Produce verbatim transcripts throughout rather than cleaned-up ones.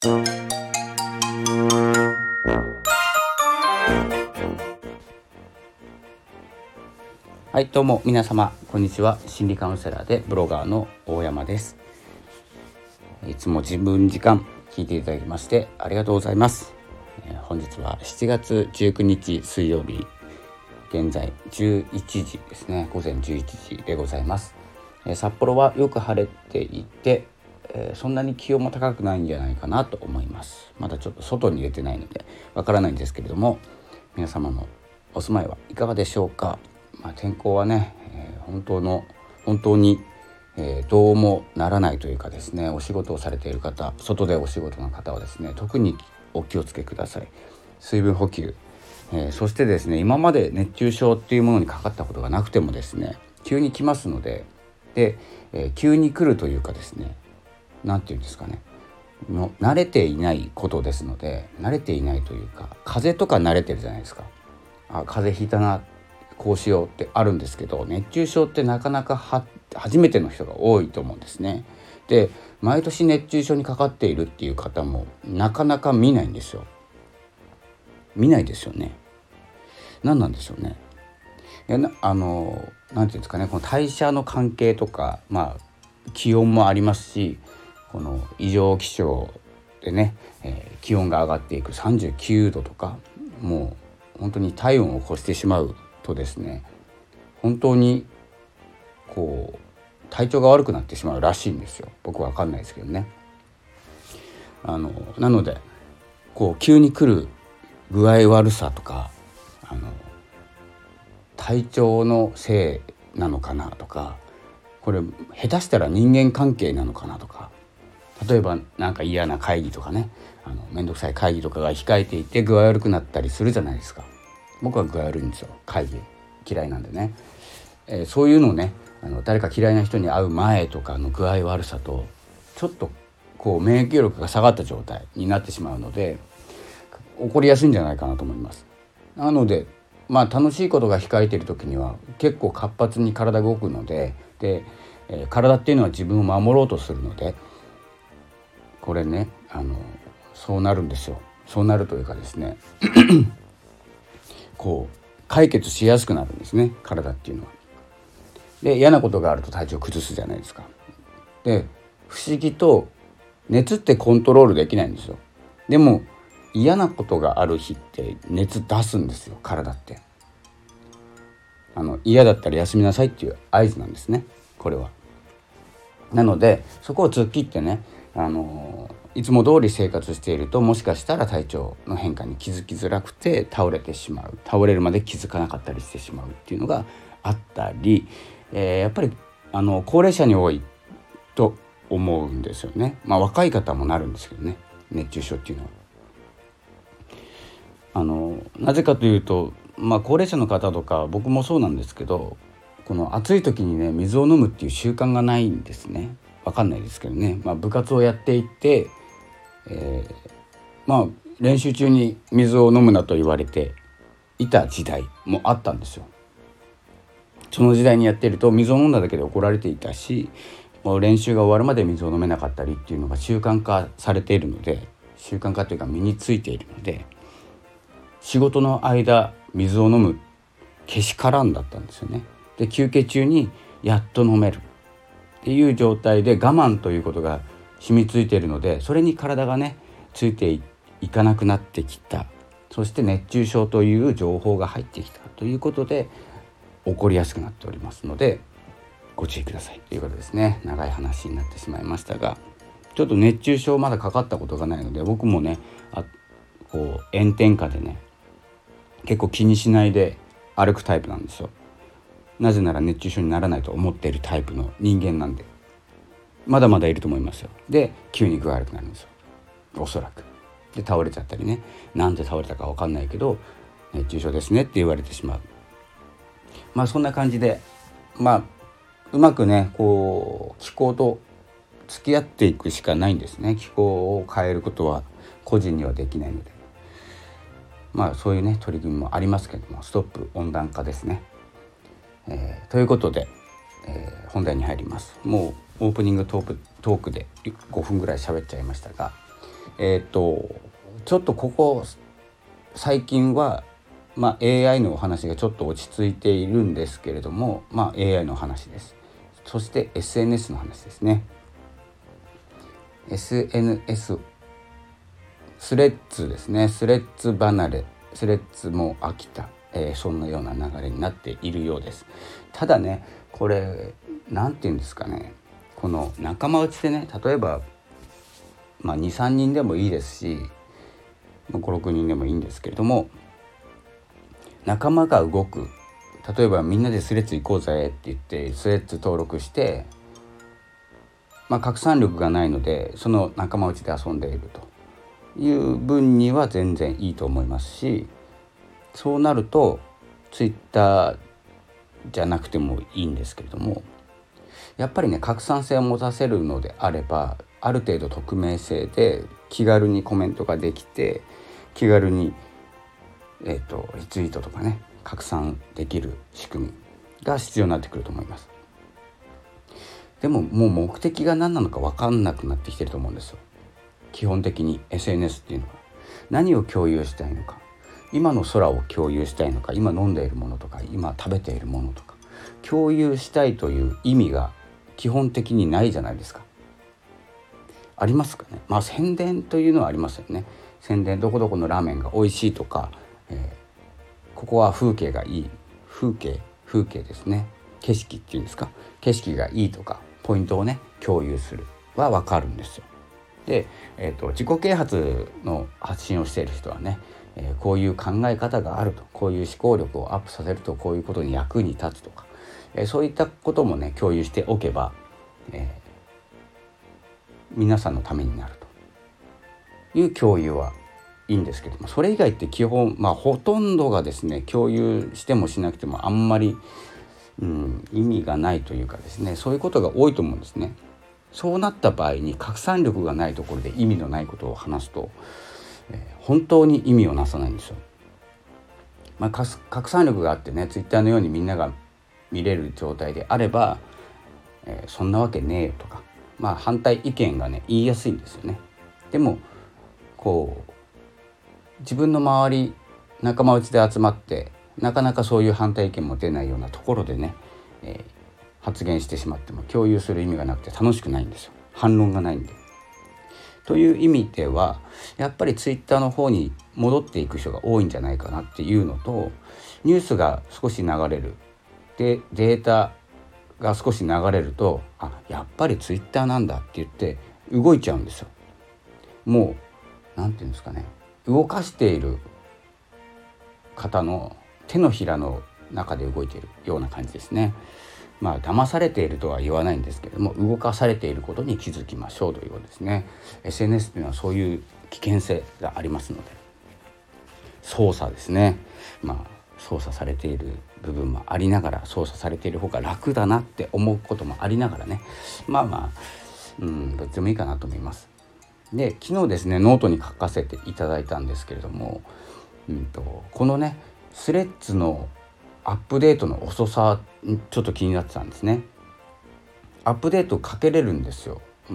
はい、どうも皆様こんにちは。心理カウンセラーでブロガーの大山です。いつも自分時間聞いていただきましてありがとうございます。えー、本日はしちがつじゅうくにち水曜日、現在じゅういちじですね。午前じゅういちじでございます。えー、札幌はよく晴れていて、えー、そんなに気温も高くないんじゃないかなと思います。まだちょっと外に出てないのでわからないんですけれども、皆様のお住まいはいかがでしょうか。まあ、天候はね、えー、本当の本当に、えー、どうもならないというかですね、お仕事をされている方、外でお仕事の方はですね、特にお気をつけください。水分補給、えー、そしてですね、今まで熱中症っていうものにかかったことがなくてもですね、急に来ますので、で、えー、急に来るというかですね、なんていうんですかね、の慣れていないことですので、慣れていないというか、風邪とか慣れてるじゃないですか。あ、風邪ひいたな、こうしようってあるんですけど、熱中症ってなかなかは初めての人が多いと思うんですね。で、毎年熱中症にかかっているっていう方もなかなか見ないんですよ。見ないですよね。何なんでしょうね。いやなあのなんていうんですかね、この代謝の関係とか、まあ気温もありますし、この異常気象でね、えー、気温が上がっていくさんじゅうきゅうどとか、もう本当に体温を越してしまうとですね、本当にこう体調が悪くなってしまうらしいんですよ。僕は分かんないですけどね。あのなのでこう急に来る具合悪さとか、あの体調のせいなのかなとか、これ下手したら人間関係なのかなとか、例えばなんか嫌な会議とかね、あのめんどくさい会議とかが控えていて具合悪くなったりするじゃないですか。僕は具合悪いんですよ。会議嫌いなんでね、えー、そういうのをね、あの誰か嫌いな人に会う前とかの具合悪さとちょっとこう免疫力が下がった状態になってしまうので、起こりやすいんじゃないかなと思います。なのでまあ楽しいことが控えている時には結構活発に体が動くので、で、えー、体っていうのは自分を守ろうとするので、これね、あのそうなるんですよ。そうなるというかですねこう解決しやすくなるんですね、体っていうのは。で、嫌なことがあると体調崩すじゃないですか。で、不思議と熱ってコントロールできないんですよ。でも嫌なことがある日って熱出すんですよ、体って。あの嫌だったら休みなさいっていう合図なんですね、これは。なのでそこを突っ切ってね、あのいつも通り生活していると、もしかしたら体調の変化に気づきづらくて倒れてしまう、倒れるまで気づかなかったりしてしまうっていうのがあったり、えー、やっぱりあの高齢者に多いと思うんですよね。まあ若い方もなるんですけどね、熱中症っていうのは。あのなぜかというと、まあ高齢者の方とか僕もそうなんですけど、この暑い時にね水を飲むっていう習慣がないんですね。わかんないですけどね、まあ、部活をやっていて、えー、まあ練習中に水を飲むなと言われていた時代もあったんですよ。その時代にやっていると水を飲んだだけで怒られていたし、もう練習が終わるまで水を飲めなかったりっていうのが習慣化されているので、習慣化というか身についているので、仕事の間水を飲むけしからんだったんですよね。で、休憩中にやっと飲めるっていう状態で、我慢ということが染みついているので、それに体がねついていかなくなってきた。そして熱中症という情報が入ってきたということで起こりやすくなっておりますので、ご注意くださいということですね。長い話になってしまいましたが、ちょっと熱中症まだかかったことがないので、僕もね、あこう炎天下でね結構気にしないで歩くタイプなんですよ。なぜなら熱中症にならないと思っているタイプの人間なんで。まだまだいると思いますよ。で、急に具合悪くなるんですよ、おそらく。で、倒れちゃったりね、なんで倒れたか分かんないけど熱中症ですねって言われてしまう。まあそんな感じで、まあうまくねこう気候と付き合っていくしかないんですね。気候を変えることは個人にはできないので、まあそういうね取り組みもありますけども、ストップ温暖化ですね。えー、ということで、えー、本題に入ります。もうオープニングトーク、トークでごふんぐらい喋っちゃいましたが、 えっとちょっとここ最近は、まあ、エーアイ のお話がちょっと落ち着いているんですけれども、まあ、エーアイ の話です。そして エスエヌエス の話ですね。 エスエヌエス スレッズですね。スレッズ離れ、スレッズも飽きた、えー、そんなような流れになっているようです。ただね、これなんて言うんですかね、この仲間内でね、例えば、まあ、にさんにんでもいいですしごろくにんでもいいんですけれども、仲間が動く、例えばみんなでスレッズ行こうぜって言ってスレッズ登録して、まあ、拡散力がないのでその仲間内で遊んでいるという分には全然いいと思いますし、そうなるとツイッターじゃなくてもいいんですけれども、やっぱりね拡散性を持たせるのであればある程度匿名性で気軽にコメントができて気軽に、えーと、リツイートとかね拡散できる仕組みが必要になってくると思います。でももう目的が何なのか分かんなくなってきてると思うんですよ。基本的に エスエヌエス っていうのは何を共有したいのか、今の空を共有したいのか、今飲んでいるものとか今食べているものとか共有したいという意味が基本的にないじゃないですか。ありますかね。まあ宣伝というのはありますよね。宣伝、どこどこのラーメンが美味しいとか、えー、ここは風景がいい、風景風景ですね、景色っていうんですか、景色がいいとかポイントをね共有するは分かるんですよ。で、えーと、自己啓発の発信をしている人はね、えー、こういう考え方があると、こういう思考力をアップさせるとこういうことに役に立つとか、えー、そういったこともね共有しておけば、えー、皆さんのためになるという共有はいいんですけども、それ以外って基本、まあ、ほとんどがですね共有してもしなくてもあんまり、うん、意味がないというかですね、そういうことが多いと思うんですね。そうなった場合に拡散力がないところで意味のないことを話すと、えー、本当に意味をなさないんですよ。まあ、拡散力があってねツイッターのようにみんなが見れる状態であれば、えー、そんなわけねえよとか、まあ、反対意見がね言いやすいんですよね。でもこう自分の周り仲間内で集まってなかなかそういう反対意見も出ないようなところでね、えー発言してしまっても共有する意味がなくて楽しくないんですよ。反論がないんで。という意味ではやっぱりツイッターの方に戻っていく人が多いんじゃないかなっていうのと、ニュースが少し流れるでデータが少し流れると、あ、やっぱりツイッターなんだって言って動いちゃうんですよ。もうなんていうんですかね、動かしている方の手のひらの中で動いているような感じですね。まあ騙されているとは言わないんですけれども、動かされていることに気づきましょうということですね。 エスエヌエス というのはそういう危険性がありますので、操作ですね、まあ操作されている部分もありながら、操作されている方が楽だなって思うこともありながらね、まあまあ、うん、どっちでもいいかなと思います。で、昨日ですねノートに書かせていただいたんですけれども、うんと、このねスレッズのアップデートの遅さちょっと気になってたんですね。アップデートかけれるんですよ、うん、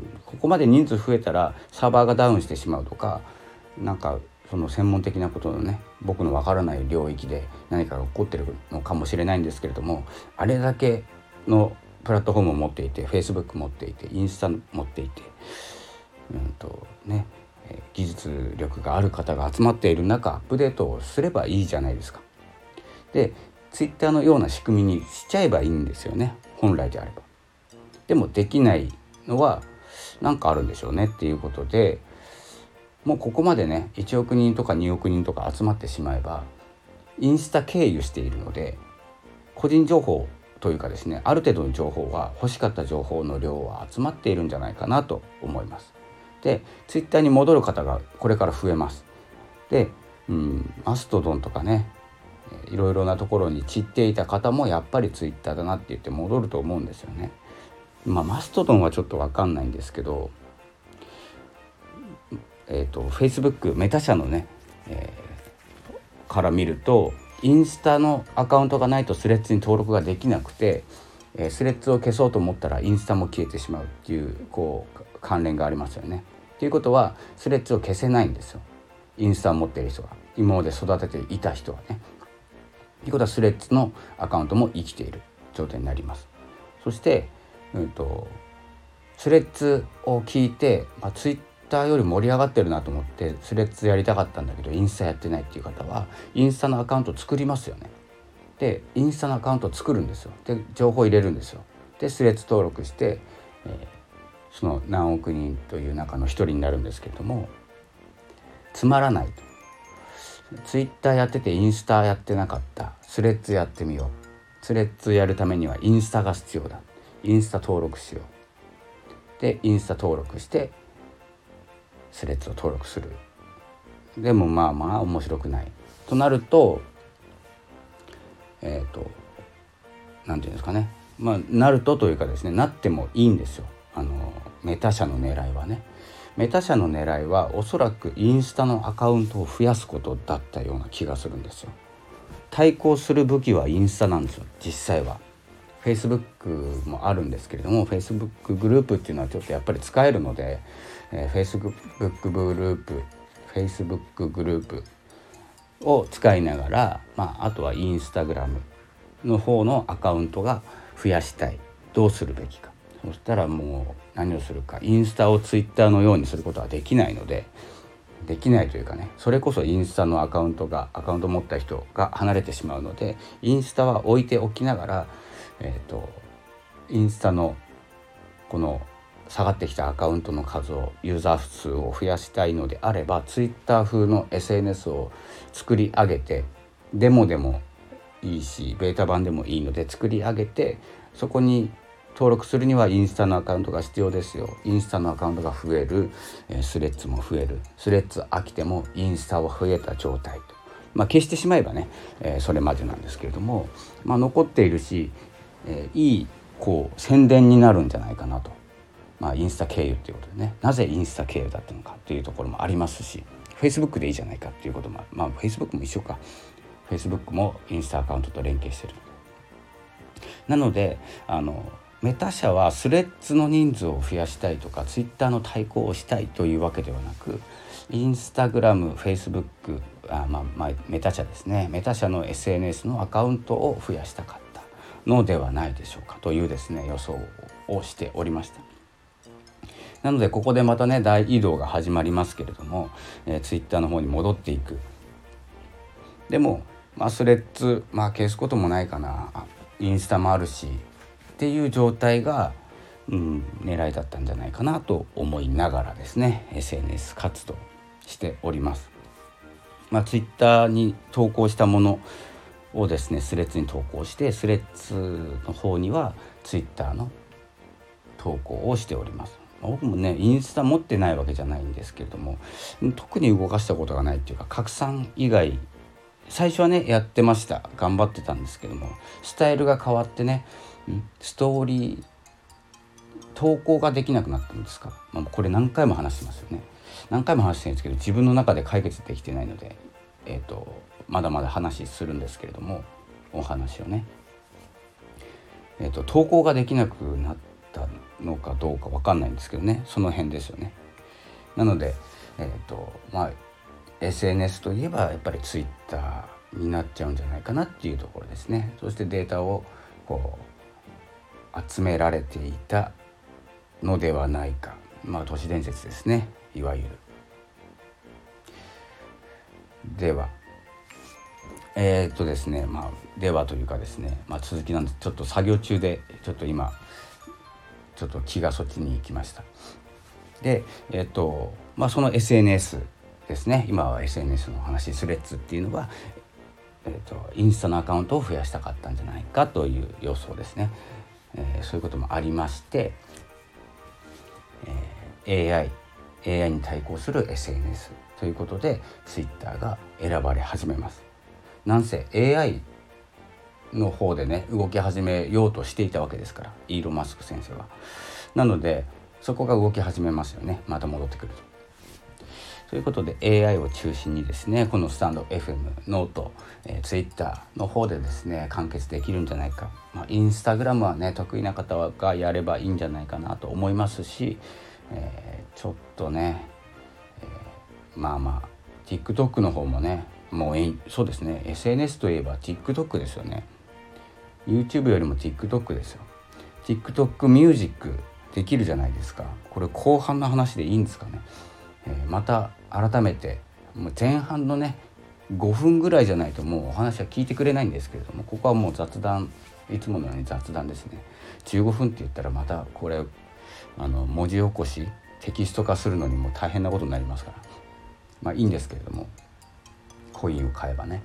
ここまで人数増えたらサーバーがダウンしてしまうとか、なんかその専門的なことのね僕のわからない領域で何かが起こってるのかもしれないんですけれども、あれだけのプラットフォームを持っていて Facebook 持っていてインスタ持っていて、うんとね、技術力がある方が集まっている中アップデートをすればいいじゃないですか。で、ツイッターのような仕組みにしちゃえばいいんですよね、本来であれば。でもできないのは何かあるんでしょうねっていうことで、もうここまでねいちおくにんとかにおくにんとか集まってしまえばインスタ経由しているので、個人情報というかですね、ある程度の情報は欲しかった情報の量は集まっているんじゃないかなと思います。で、ツイッターに戻る方がこれから増えます。で、うん、マストドンとかねいろいろなところに散っていた方もやっぱりツイッターだなって言って戻ると思うんですよね。まあマストドンはちょっと分かんないんですけど、えっと Facebook メタ社のね、えー、から見るとインスタのアカウントがないとスレッズに登録ができなくて、えー、スレッズを消そうと思ったらインスタも消えてしまうっていうこう関連がありますよね。 ということはスレッズを消せないんですよ。インスタを持っている人が、今まで育てていた人はね。ということはスレッズのアカウントも生きている状態になります。そして、うんと、スレッズを聞いて、まあ、ツイッターより盛り上がってるなと思ってスレッズやりたかったんだけどインスタやってないっていう方はインスタのアカウントを作りますよね。でインスタのアカウントを作るんですよ。で情報入れるんですよ。でスレッズ登録して、えー、その何億人という中の一人になるんですけれども、つまらないと。ツイッターやっててインスタやってなかった、スレッズやってみよう。スレッズやるためにはインスタが必要だ。インスタ登録しよう。でインスタ登録してスレッズを登録する。でもまあまあ面白くないとなると、えっとなんていうんですかね、まあなるとというかですね、なってもいいんですよ。あのメタ社の狙いはね。メタ社の狙いはおそらくインスタのアカウントを増やすことだったような気がするんですよ。対抗する武器はインスタなんですよ、実際は。Facebook もあるんですけれども、 Facebook グループっていうのはちょっとやっぱり使えるので、えー、Facebook グループ Facebook グループを使いながら、まあ、あとはインスタグラムの方のアカウントが増やしたい。どうするべきか。そしたらもう何をするか、インスタをツイッターのようにすることはできないので、できないというかね、それこそインスタのアカウントがアカウント持った人が離れてしまうので、インスタは置いておきながら、えーと、インスタのこの下がってきたアカウントの数を、ユーザー数を増やしたいのであれば、ツイッター風の エスエヌエス を作り上げて、デモでもいいしベータ版でもいいので作り上げて、そこに登録するにはインスタのアカウントが必要ですよ。インスタのアカウントが増える、えー、スレッズも増える。スレッズ飽きてもインスタは増えた状態と、まあ、消してしまえばね、えー、それまでなんですけれども、まあ、残っているし、えー、いいこう宣伝になるんじゃないかなと、まあ、インスタ経由ということでね、なぜインスタ経由だったのかというところもありますし、 Facebook でいいじゃないかということも、まあ Facebook も一緒か。 Facebook もインスタアカウントと連携している。なのであのメタ社はスレッズの人数を増やしたいとか、ツイッターの対抗をしたいというわけではなく、インスタグラム、フェイスブック、あ、まあまあ、メタ社ですね、メタ社の エスエヌエス のアカウントを増やしたかったのではないでしょうかというですね、予想をしておりました。なのでここでまたね、大移動が始まりますけれども、えー、ツイッターの方に戻っていく。でも、まあ、スレッズ、まあ、消すこともないかな、インスタもあるしっていう状態が、うん、狙いだったんじゃないかなと思いながらですね、 エスエヌエス 活動しております。まあ、ツイッターに投稿したものをですね、スレッズに投稿して、スレッズの方にはツイッターの投稿をしております。僕もね、インスタ持ってないわけじゃないんですけれども、特に動かしたことがないっていうか、拡散以外最初はねやってました。頑張ってたんですけども、スタイルが変わってね、ストーリー投稿ができなくなったんですか、まあ、これ何回も話してますよね。何回も話してるんですけど、自分の中で解決できてないので、えーと、まだまだ話するんですけれども、お話をね、えーと、投稿ができなくなったのかどうか分かんないんですけどね、その辺ですよね。なので、えーとまあ、エスエヌエス といえばやっぱり Twitter になっちゃうんじゃないかなっていうところですね。そしてデータをこう集められていたのではないか、まあ都市伝説ですね、いわゆる。ではえー、っとですねまあではというかですね、まあ、続きなんでちょっと作業中でちょっと今ちょっと気がそっちに行きました。でえー、っとまあその エスエヌエス ですね、今は エスエヌエス の話、スレッズっていうのは、えー、とインスタのアカウントを増やしたかったんじゃないかという予想ですね。えー、そういうこともありまして、えー、エーアイ エーアイ に対抗する エスエヌエス ということで Twitter が選ばれ始めます。なんせ エーアイ の方でね動き始めようとしていたわけですから、イーロン・マスク先生は。なのでそこが動き始めますよね、また戻ってくると。ということで エーアイ を中心にですね、このスタンド エフエム、ノート、えー、Twitter の方でですね完結できるんじゃないか。まあ、インスタグラムはね得意な方がやればいいんじゃないかなと思いますし、えー、ちょっとねまあまあ TikTok の方もね、もうえそうですね エスエヌエス といえば TikTok ですよね。 YouTube よりも TikTok ですよ。 TikTok ミュージックできるじゃないですか。これ後半の話でいいんですかね。えー、また改めてもう前半のねごふんぐらいじゃないともうお話は聞いてくれないんですけれども、ここはもう雑談、いつものように雑談ですね。じゅうごふんって言ったらまたこれあの文字起こしテキスト化するのにも大変なことになりますから、まあいいんですけれども、コインを買えばね。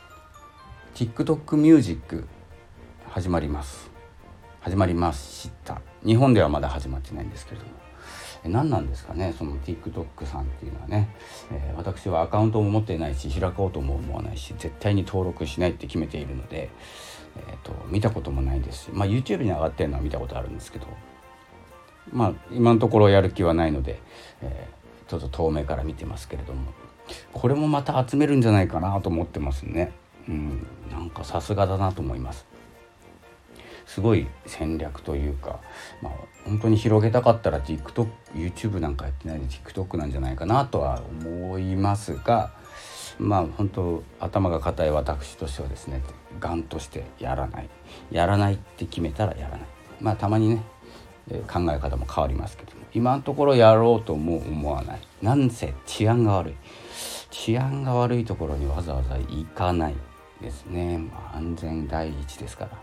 TikTok ミュージック始まります始まりました。日本ではまだ始まってないんですけれども、何なんですかねその TikTok さんっていうのはね、えー、私はアカウントも持っていないし開こうとも思わないし絶対に登録しないって決めているので、えー、と見たこともないですし、まあ YouTube に上がってるのは見たことあるんですけど、まあ今のところやる気はないので、えー、ちょっと遠目から見てますけれども、これもまた集めるんじゃないかなと思ってますね。うん、なんかさすがだなと思います。すごい戦略というか、まあ、本当に広げたかったら TikTok、YouTube なんかやってないで TikTok なんじゃないかなとは思いますが、まあ本当頭が固い私としてはですね、ガンとしてやらないやらないって決めたらやらない。まあたまにね考え方も変わりますけども、今のところやろうとも思わない。なんせ治安が悪い治安が悪いところにわざわざ行かないですね。まあ、安全第一ですから、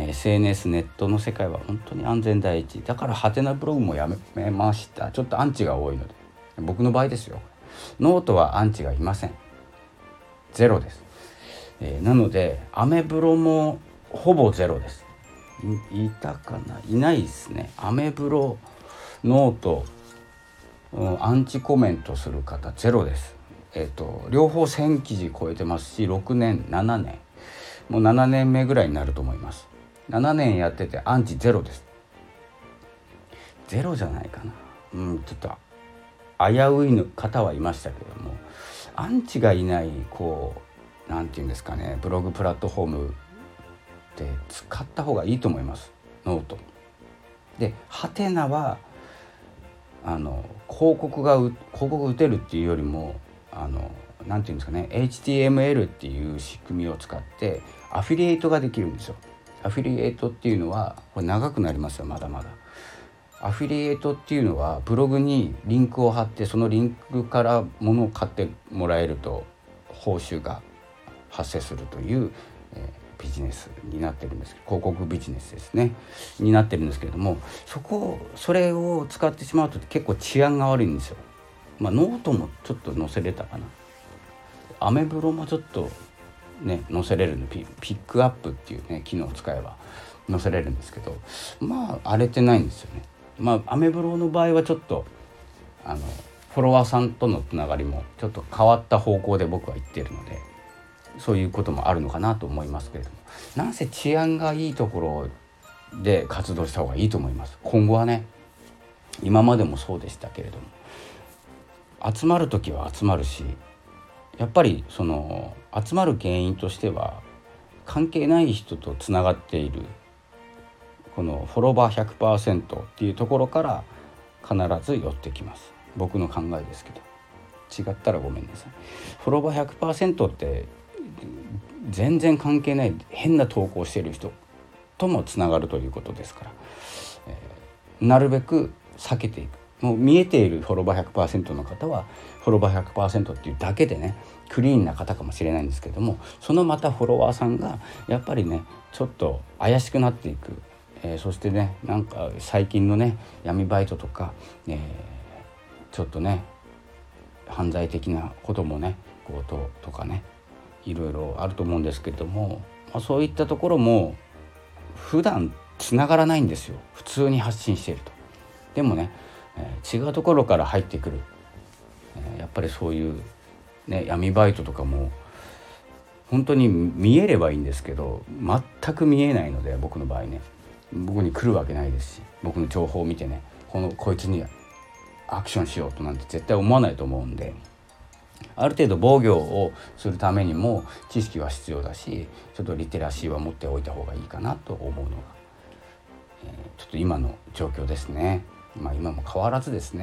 エスエヌエス ネットの世界は本当に安全第一だから、ハテナブログもやめました。ちょっとアンチが多いので、僕の場合ですよ。ノートはアンチがいません。ゼロです。えー、なのでアメブロもほぼゼロです。 い, いたかないないですね。アメブロノート、うん、アンチコメントする方ゼロです。えーと、両方せん記事超えてますし、ろくねんななねんもうななねんめぐらいになると思います。ななねんやっててアンチゼロです。ゼロじゃないかな。うんちょっと危ういの方はいましたけども、アンチがいないこうなんていうんですかね、ブログプラットフォームって使った方がいいと思います。ノートでハテナはあの広告が広告打てるっていうよりも、あのなんていうんですかね エイチティーエムエル っていう仕組みを使ってアフィリエイトができるんですよ。アフィリエイトっていうのはこれ長くなりますよ。まだまだアフィリエイトっていうのはブログにリンクを貼って、そのリンクから物を買ってもらえると報酬が発生するという、えー、ビジネスになってるんですけど、広告ビジネスですねになってるんですけれども、そこそれを使ってしまうと結構治安が悪いんですよ。まあノートもちょっと載せれたかな。アメブロもちょっとね載せれるの、ピックアップっていうね機能を使えば載せれるんですけど、まあ荒れてないんですよね。まあアメブロの場合はちょっとあのフォロワーさんとのつながりもちょっと変わった方向で僕は言っているので、そういうこともあるのかなと思いますけれども、なんせ治安がいいところで活動した方がいいと思います。今後はね、今までもそうでしたけれども、集まる時は集まるし、やっぱりその集まる原因としては関係ない人とつながっているこのフォロワー ひゃくパーセント っていうところから必ず寄ってきます。僕の考えですけど、違ったらごめんなさい。フォロワー ひゃくパーセント って全然関係ない変な投稿している人ともつながるということですから、えー、なるべく避けていく。もう見えているフォロワー ひゃくパーセント の方はフォロワー ひゃくパーセント っていうだけでねクリーンな方かもしれないんですけれども、そのまたフォロワーさんがやっぱりねちょっと怪しくなっていく、えー、そしてねなんか最近のね闇バイトとか、えー、ちょっとね犯罪的なこともね強盗とかねいろいろあると思うんですけれども、まあ、そういったところも普段つながらないんですよ。普通に発信していると。でもね、えー、違うところから入ってくる、えー、やっぱりそういう、ね、闇バイトとかも本当に見えればいいんですけど全く見えないので、僕の場合ね僕に来るわけないですし、僕の情報を見てねこのこいつにアクションしようとなんて絶対思わないと思うんで、ある程度防御をするためにも知識は必要だし、ちょっとリテラシーは持っておいた方がいいかなと思うのが、えー、ちょっと今の状況ですね。まあ今も変わらずですね。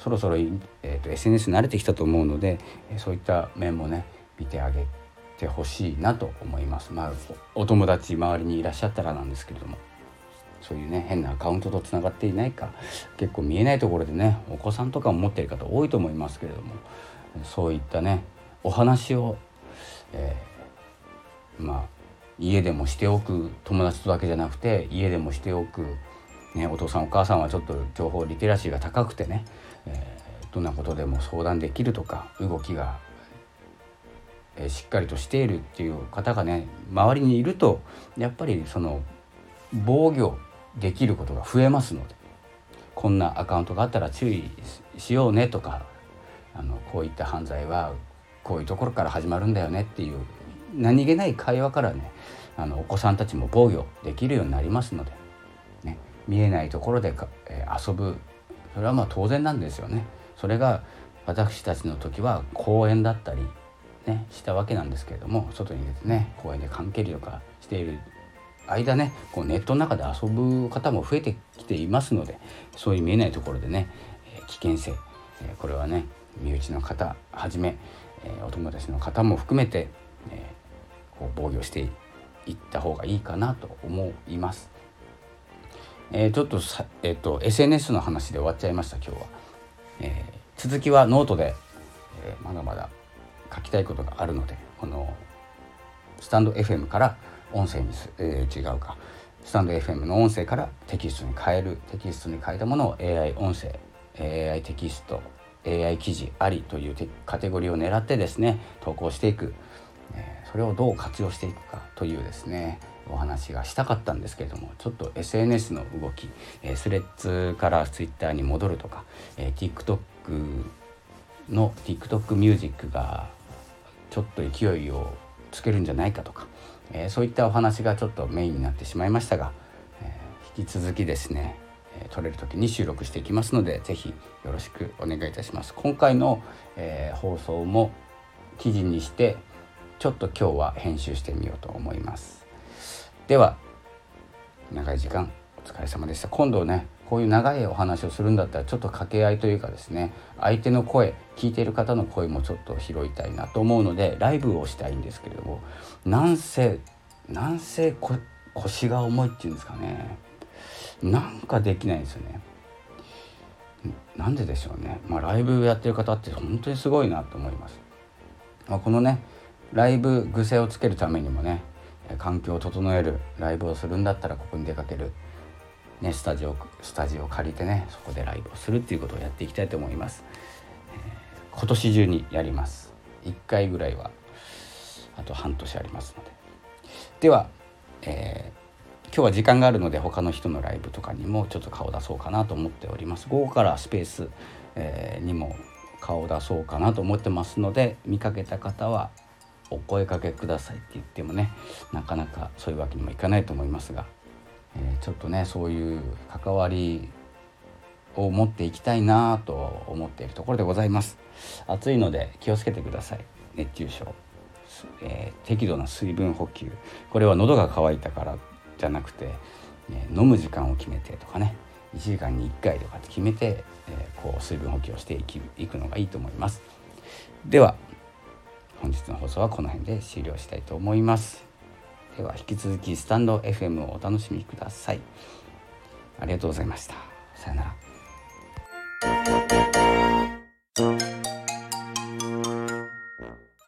そろそろ、えー、と エスエヌエス 慣れてきたと思うので、そういった面もね見てあげてほしいなと思います。まあお友達周りにいらっしゃったらなんですけれども、そういうね変なアカウントとつながっていないか、結構見えないところでねお子さんとかも持っている方多いと思いますけれども、そういったねお話を、えー、まあ家でもしておく、友達とだけじゃなくて家でもしておく、ね、お父さんお母さんはちょっと情報リテラシーが高くてね、えー、どんなことでも相談できるとか、動きが、えー、しっかりとしているっていう方がね周りにいると、やっぱりその防御できることが増えますので、こんなアカウントがあったら注意しようねとか、あのこういった犯罪はこういうところから始まるんだよねっていう何気ない会話からね、あのお子さんたちも防御できるようになりますので、ね、見えないところでか、えー、遊ぶ、それはまあ当然なんですよね。それが私たちの時は公園だったり、ね、したわけなんですけれども、外に出てね公園で缶蹴りとかしている間ね、こうネットの中で遊ぶ方も増えてきていますので、そういう見えないところでね、えー、危険性、えー、これはね身内の方はじめ、えー、お友達の方も含めて、えー、こう防御していった方がいいかなと思います。えー、ちょっとさ、えーと、エスエヌエス の話で終わっちゃいました今日は。えー、続きはノートで、えー、まだまだ書きたいことがあるので、このスタンド エフエム から音声にす、えー、違うかスタンド エフエム の音声からテキストに変える、テキストに変えたものを エーアイ 音声、エーアイ テキスト、エーアイ 記事ありというカテゴリーを狙ってですね投稿していく、えー、それをどう活用していくかというですねお話がしたかったんですけれども、ちょっと エスエヌエス の動き、えー、スレッズから Twitter に戻るとか、えー、TikTok の TikTok ミュージックがちょっと勢いをつけるんじゃないかとか、えー、そういったお話がちょっとメインになってしまいましたが、えー、引き続きですね、えー、撮れる時に収録していきますので、ぜひよろしくお願いいたします。今回の、えー、放送も記事にしてちょっと今日は編集してみようと思います。では長い時間お疲れ様でした。今度ねこういう長いお話をするんだったらちょっと掛け合いというかですね、相手の声、聞いている方の声もちょっと拾いたいなと思うのでライブをしたいんですけれども、なんせなんせこ腰が重いっていうんですかね、なんかできないんですよね。なんででしょうね。まあライブやってる方って本当にすごいなと思います。まあ、このねライブ癖をつけるためにもね、環境を整える、ライブをするんだったらここに出かける、ね、スタジオスタジオを借りてねそこでライブをするっていうことをやっていきたいと思います。えー、今年中にやります。いっかいぐらいはあと半年ありますので。では、えー、今日は時間があるので他の人のライブとかにもちょっと顔出そうかなと思っております。午後からスペース、えー、にも顔を出そうかなと思ってますので、見かけた方はお声かけくださいって言ってもねなかなかそういうわけにもいかないと思いますが、えー、ちょっとねそういう関わりを持っていきたいなと思っているところでございます。暑いので気をつけてください。熱中症、えー、適度な水分補給、これは喉が渇いたからじゃなくて、ね、飲む時間を決めてとかね、いちじかんにいっかいとかって決めて、えー、こう水分補給をしていき、いくのがいいと思います。では本日の放送はこの辺で終了したいと思います。では引き続きスタンド エフエム をお楽しみください。ありがとうございました。さよなら。